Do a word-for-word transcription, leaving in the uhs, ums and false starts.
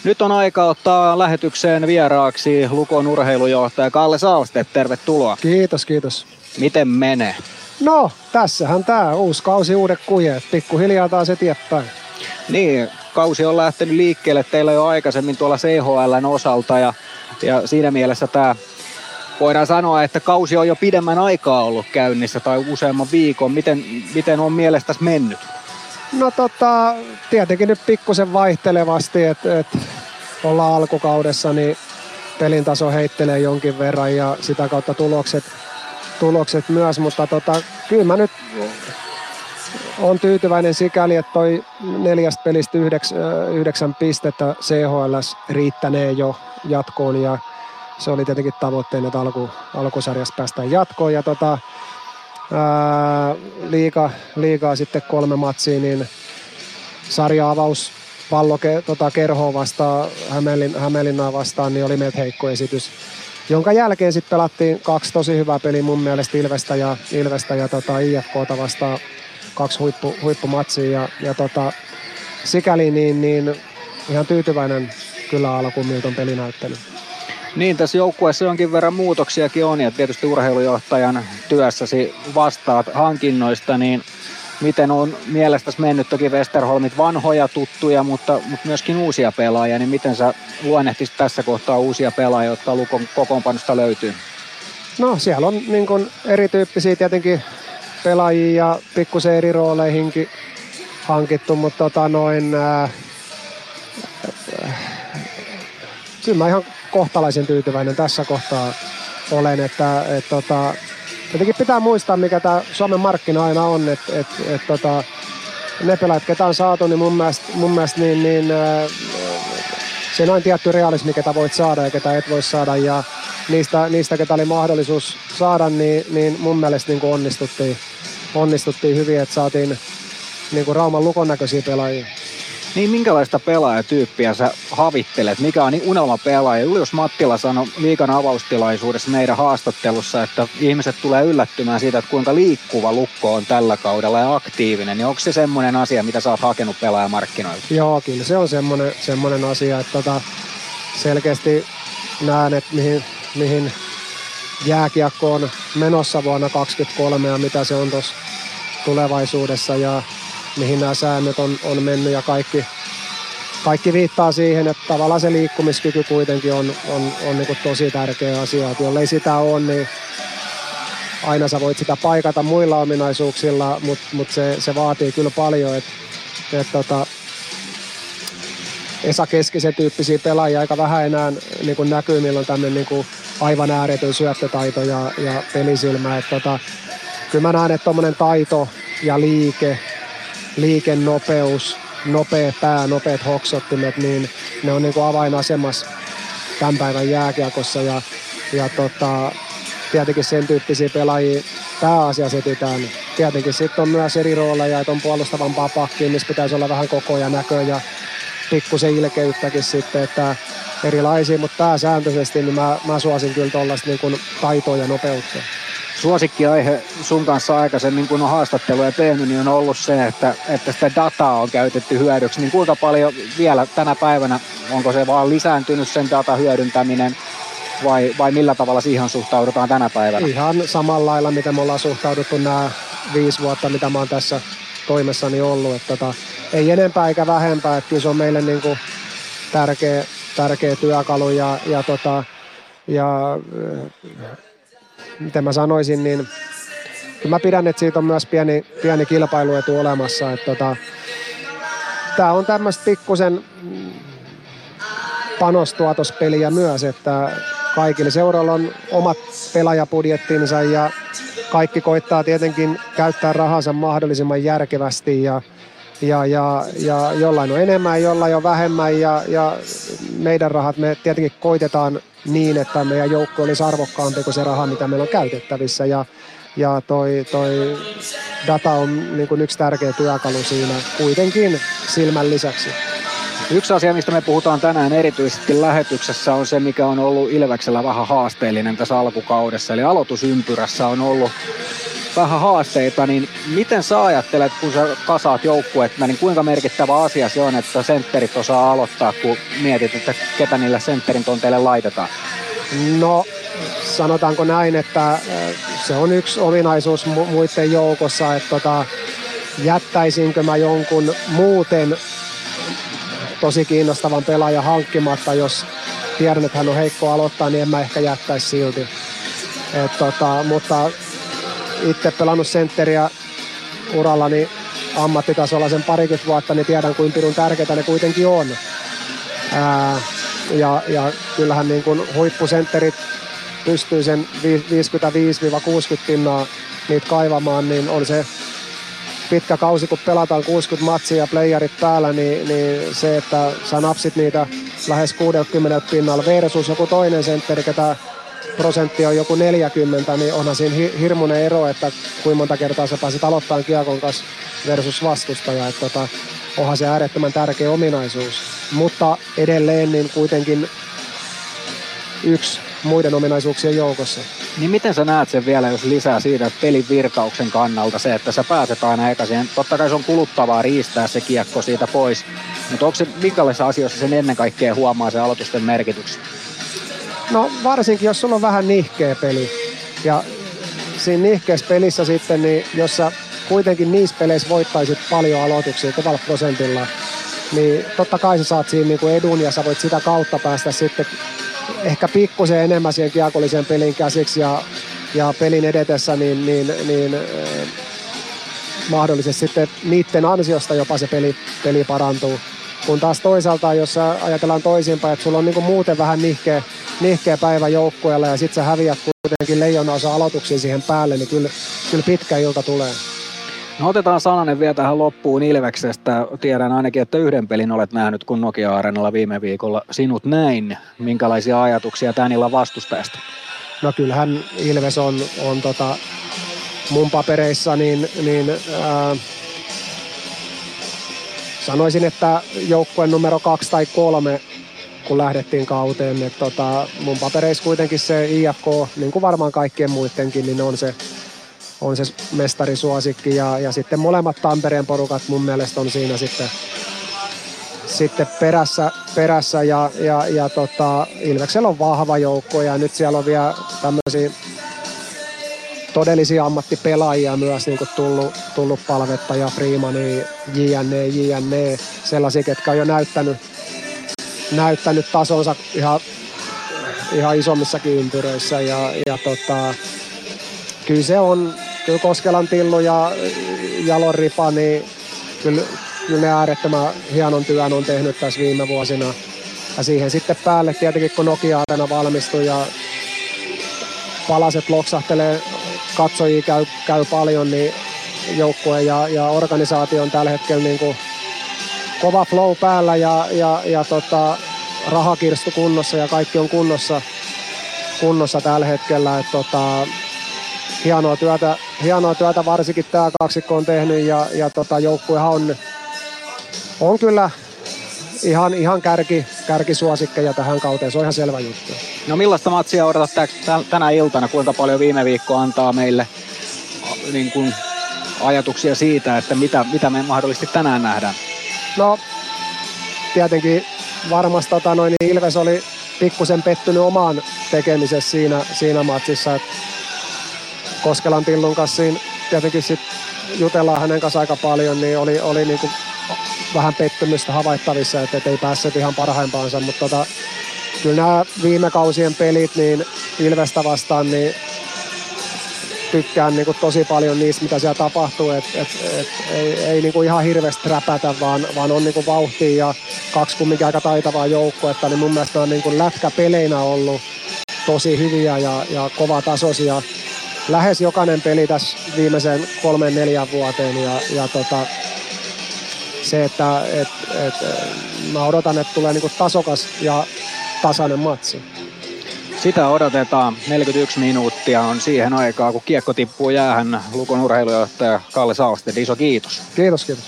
Nyt on aika ottaa lähetykseen vieraaksi Lukon urheilujohtaja Kalle Saalstedt. Tervetuloa. Kiitos, kiitos. Miten menee? No, tässähän tää uusi kausi, uudet kujet. Pikkuhiljaa taas eteenpäin. Niin, kausi on lähtenyt liikkeelle teillä jo aikaisemmin tuolla C H L:n osalta ja, ja siinä mielessä tämä voidaan sanoa, että kausi on jo pidemmän aikaa ollut käynnissä tai useamman viikon. Miten, miten on mielestäsi mennyt? No tota, tietenkin nyt pikkusen vaihtelevasti, että et ollaan alkukaudessa, niin pelin taso heittelee jonkin verran ja sitä kautta tulokset, tulokset myös, mutta tota, kyllä mä nyt on tyytyväinen sikäli, että toi neljästä pelistä yhdeks, yhdeksän pistettä C H L:ssä riittänee jo jatkoon ja se oli tietenkin tavoitteena, että alku, alkusarjassa päästään jatkoon ja tota, ää, liiga, liigaa sitten kolme matsia, niin sarja-avaus pallo tota, Kerhoa vastaan, Hämeenlin, Hämeenlinnaa vastaan, niin oli meiltä heikko esitys. Jonka jälkeen sitten pelattiin kaksi tosi hyvää peliä mun mielestä Ilvestä ja, Ilvestä ja tota, I F K:ta vastaan kaksi huippu, huippumatsia ja, ja tota, sikäli niin, niin ihan tyytyväinen kyllä alkuun miltä on peli näyttänyt. Niin, tässä joukkueessa jonkin verran muutoksiakin on ja tietysti urheilujohtajan työssäsi vastaat hankinnoista, niin miten on mielestäsi mennyt toki Westerholmit vanhoja tuttuja, mutta, mutta myöskin uusia pelaajia, niin miten sä luonnehtisit tässä kohtaa uusia pelaajia, jotka Lukon kokoonpanosta löytyy? No siellä on niin kuin erityyppisiä tietenkin pelaajia ja pikkusen eri rooleihinkin hankittu, mutta tota noin, ää, kyllä mä ihan kohtalaisen tyytyväinen tässä kohtaa olen, että et, tota, jotenkin pitää muistaa, mikä tämä Suomen markkina aina on, että et, et, tota, ne pelaajat, ketä on saatu, niin mun mielestä, mun mielestä niin, niin, ää, siinä on tietty realismi, ketä voit saada ja ketä et voi saada, ja niistä, niistä ketä oli mahdollisuus saada, niin, niin mun mielestä niin onnistuttiin, onnistuttiin hyvin, että saatiin niin kuin Rauman Lukon näköisiä pelaajia. Niin minkälaista pelaajatyyppiä sä havittelet? Mikä on unelmapelaaja? Julius Mattila sanoi liigan avaustilaisuudessa meidän haastattelussa, että ihmiset tulee yllättymään siitä, että kuinka liikkuva Lukko on tällä kaudella ja aktiivinen. Niin onko se semmoinen asia, mitä sä oot hakenut pelaajamarkkinoilta? Joo, kyllä se on semmoinen, semmoinen asia, että tota, selkeästi näen, että mihin, mihin jääkiekko on menossa vuonna kaksikymmentäkolme ja mitä se on tuossa tulevaisuudessa ja mihin nämä säännöt on, on mennyt ja kaikki, kaikki viittaa siihen, että tavallaan se liikkumiskyky kuitenkin on, on, on niin kuin tosi tärkeä asia. Että jollei sitä ole, niin aina sä voit sitä paikata muilla ominaisuuksilla, mutta mut se, se vaatii kyllä paljon. Et, et tota, Esa Keskisen tyyppisiä pelaajia aika vähän enää niin kuin näkyy, milloin tämmöinen niin kuin aivan ääretön syöttötaito ja, ja pelisilmä. Et tota, kyllä mä näen, että tommonen taito ja liike, liikennopeus, nopea pää, nopeat hoksottimet, niin ne on niin kuin avainasemassa tämän päivän jääkiekossa ja, ja tota, tietenkin sen tyyppisiä pelaajia pääasiassa etsitään. Tietenkin sitten on myös eri rooleja, että on puolustavampaa pakkia, missä pitäisi olla vähän koko ja näkö ja pikkusen ilkeyttäkin sitten, että erilaisia, mutta pääsääntöisesti niin mä, mä suosin kyllä tuollaista niin kuin taitoa ja nopeutta. Suosikkiaihe sun kanssa aikaisemmin, kun on haastatteluja tehnyt, niin on ollut se, että, että sitä dataa on käytetty hyödyksi. Niin kuinka paljon vielä tänä päivänä, onko se vaan lisääntynyt sen datan hyödyntäminen vai, vai millä tavalla siihen suhtaudutaan tänä päivänä? Ihan samalla lailla, mitä me ollaan suhtauduttu nämä viisi vuotta, mitä mä oon tässä toimessani ollut. Että tota, ei enempää eikä vähempää, että kyllä se on meille niin kuin tärkeä, tärkeä työkalu ja, ja, tota, ja miten mä sanoisin, niin mä pidän, että siitä on myös pieni, pieni kilpailuetu olemassa. Että tota, tää on tämmöistä pikkusen panostuotospeliä myös, että kaikille seuroilla on omat pelaajapudjettinsa ja kaikki koittaa tietenkin käyttää rahansa mahdollisimman järkevästi ja, ja, ja, ja jollain on enemmän, jollain on vähemmän ja, ja meidän rahat me tietenkin koitetaan niin, että meidän joukko olisi arvokkaampi kuin se raha, mitä meillä on käytettävissä ja, ja toi, toi data on niin kuin yksi tärkeä työkalu siinä kuitenkin silmän lisäksi. Yksi asia, mistä me puhutaan tänään erityisesti lähetyksessä, on se, mikä on ollut Ilveksellä vähän haasteellinen tässä alkukaudessa. Eli aloitusympyrässä on ollut vähän haasteita, niin miten sä ajattelet, kun sä kasaat joukkuetta, niin kuinka merkittävä asia se on, että sentterit osaa aloittaa, kun mietit, että ketä niille sentterin tonteille laitetaan? No sanotaanko näin, että se on yksi ominaisuus mu- muiden joukossa, että tota, jättäisinkö mä jonkun muuten tosi kiinnostavan pelaajan hankkimatta, jos tiedän, että hän on heikko aloittaa, niin en mä ehkä jättäisi silti. Et tota, mutta itse pelannut sentteriä urallani ammattitasolla sen parikymmentä vuotta, niin tiedän kuinka pirun tärkeitä ne kuitenkin on. Ää, ja, ja kyllähän niin kuin huippusentterit pystyy sen viisikymmentäviisi kuusikymmentä pinnaa niitä kaivamaan, niin on se pitkä kausi, kun pelataan kuusikymmentä matsia ja playerit päällä, niin, niin se, että sä napsit niitä lähes kuusikymmentä pinnalla versus joku toinen sentteri, ketä prosentti on joku neljäkymmentä, niin onhan siinä hirmuinen ero, että kuinka monta kertaa sä pääsit aloittamaan kiekon kanssa versus vastustaja. Että tota, onhan se äärettömän tärkeä ominaisuus. Mutta edelleen niin kuitenkin yksi muiden ominaisuuksien joukossa. Niin miten sä näet sen vielä, jos lisää siitä pelin virtauksen kannalta se, että sä pääset aina eka siihen. Totta kai se on kuluttavaa riistää se kiekko siitä pois, mutta onko se minkälaisissa asioissa sen ennen kaikkea huomaa se aloitusten merkityksen? No varsinkin, jos sulla on vähän nihkeä peli. Ja siinä nihkeässä pelissä sitten, niin jos sä kuitenkin niissä peleissä voittaisit paljon aloituksia kovalla prosentilla, niin totta kai sä saat siinä niinku edun ja sä voit sitä kautta päästä sitten ehkä pikkusen enemmän siihen kiekolliseen pelin käsiksi ja, ja pelin edetessä, niin, niin, niin eh, mahdollisesti sitten niiden ansiosta jopa se peli, peli parantuu. Kun taas toisaalta, jos ajatellaan toisinpäin, että sulla on niinku muuten vähän nihkeä, nihkeä päivä joukkueella ja sit sä häviät kuitenkin leijona osa aloituksia siihen päälle, niin kyllä, kyllä pitkä ilta tulee. No otetaan sananen vielä tähän loppuun Ilveksestä. Tiedän ainakin, että yhden pelin olet nähnyt, kun Nokia-areenalla viime viikolla sinut näin. Minkälaisia ajatuksia tämän illan vastustajasta? No kyllähän Ilves on, on tota, mun papereissa niin, niin ää, sanoisin, että joukkueen numero kaksi tai kolme, kun lähdettiin kauteen. Et tota, mun papereissa kuitenkin se I F K, niin kuin varmaan kaikkien muidenkin, niin on se, on se mestarisuosikki. Ja, ja sitten molemmat Tampereen porukat mun mielestä on siinä sitten, sitten perässä, perässä ja, ja, ja tota, Ilveksellä on vahva joukko ja nyt siellä on vielä tämmöisiä todellisia ammattipelaajia myös niin kuin tullut, tullut Palvetta Freemania, jne, jne, sellaisia, ketkä on jo näyttänyt, näyttänyt tasonsa ihan, ihan isommissakin ympyröissä ja, ja tota, kyllä se on, kyllä Koskelan Tillu ja Jalon Ripa, niin kyllä, kyllä ne äärettömän hienon työn on tehnyt tässä viime vuosina. Ja siihen sitten päälle tietenkin, kun Nokia-areena valmistui ja palaset loksahtelee, katsojia käy, käy paljon, niin joukkue ja, ja organisaatio on tällä hetkellä niin kuin kova flow päällä ja, ja, ja tota, rahakirstu kunnossa ja kaikki on kunnossa, kunnossa tällä hetkellä. Et tota, hienoa, työtä, hienoa työtä varsinkin tämä kaksikko on tehnyt ja, ja tota, joukkuehan on, on kyllä ihan, ihan kärki, kärkisuosikkeja tähän kauteen, se on ihan selvä juttu. No millaista matsia odotat tänä iltana, kuinka paljon viime viikko antaa meille niin kuin ajatuksia siitä, että mitä, mitä me mahdollisesti tänään nähdään? No tietenkin varmasti tota, noin, niin Ilves oli pikkusen pettynyt omaan tekemisessä siinä, siinä matsissa. Et Koskelan Tillun kanssa siinä tietenkin sit jutellaan hänen kanssa aika paljon, niin oli, oli niinku vähän pettymystä havaittavissa, että et ei päässyt ihan parhaimpaansa, mutta tota, kyllä nämä viime kausien pelit niin Ilvestä vastaan, niin tykkään niin kuin tosi paljon niistä, mitä siellä tapahtuu, että et, et, ei, ei niin kuin ihan hirveästi räpätä, vaan, vaan on niin kuin vauhtia ja kaksi kumminkin aika taitavaa joukkuetta, niin mun mielestä on niin kuin lätkäpeleinä ollut tosi hyviä ja, ja kovatasoisia. Lähes jokainen peli tässä viimeisen kolmeen neljään vuoteen ja, ja tota, se, että et, et, mä odotan, että tulee niin kuin tasokas ja tasainen matsi. Sitä odotetaan. neljäkymmentäyksi minuuttia on siihen aikaa, kun kiekko tippuu jäähän. Lukon urheilujohtaja Kalle Sausted, iso kiitos. Kiitos, kiitos.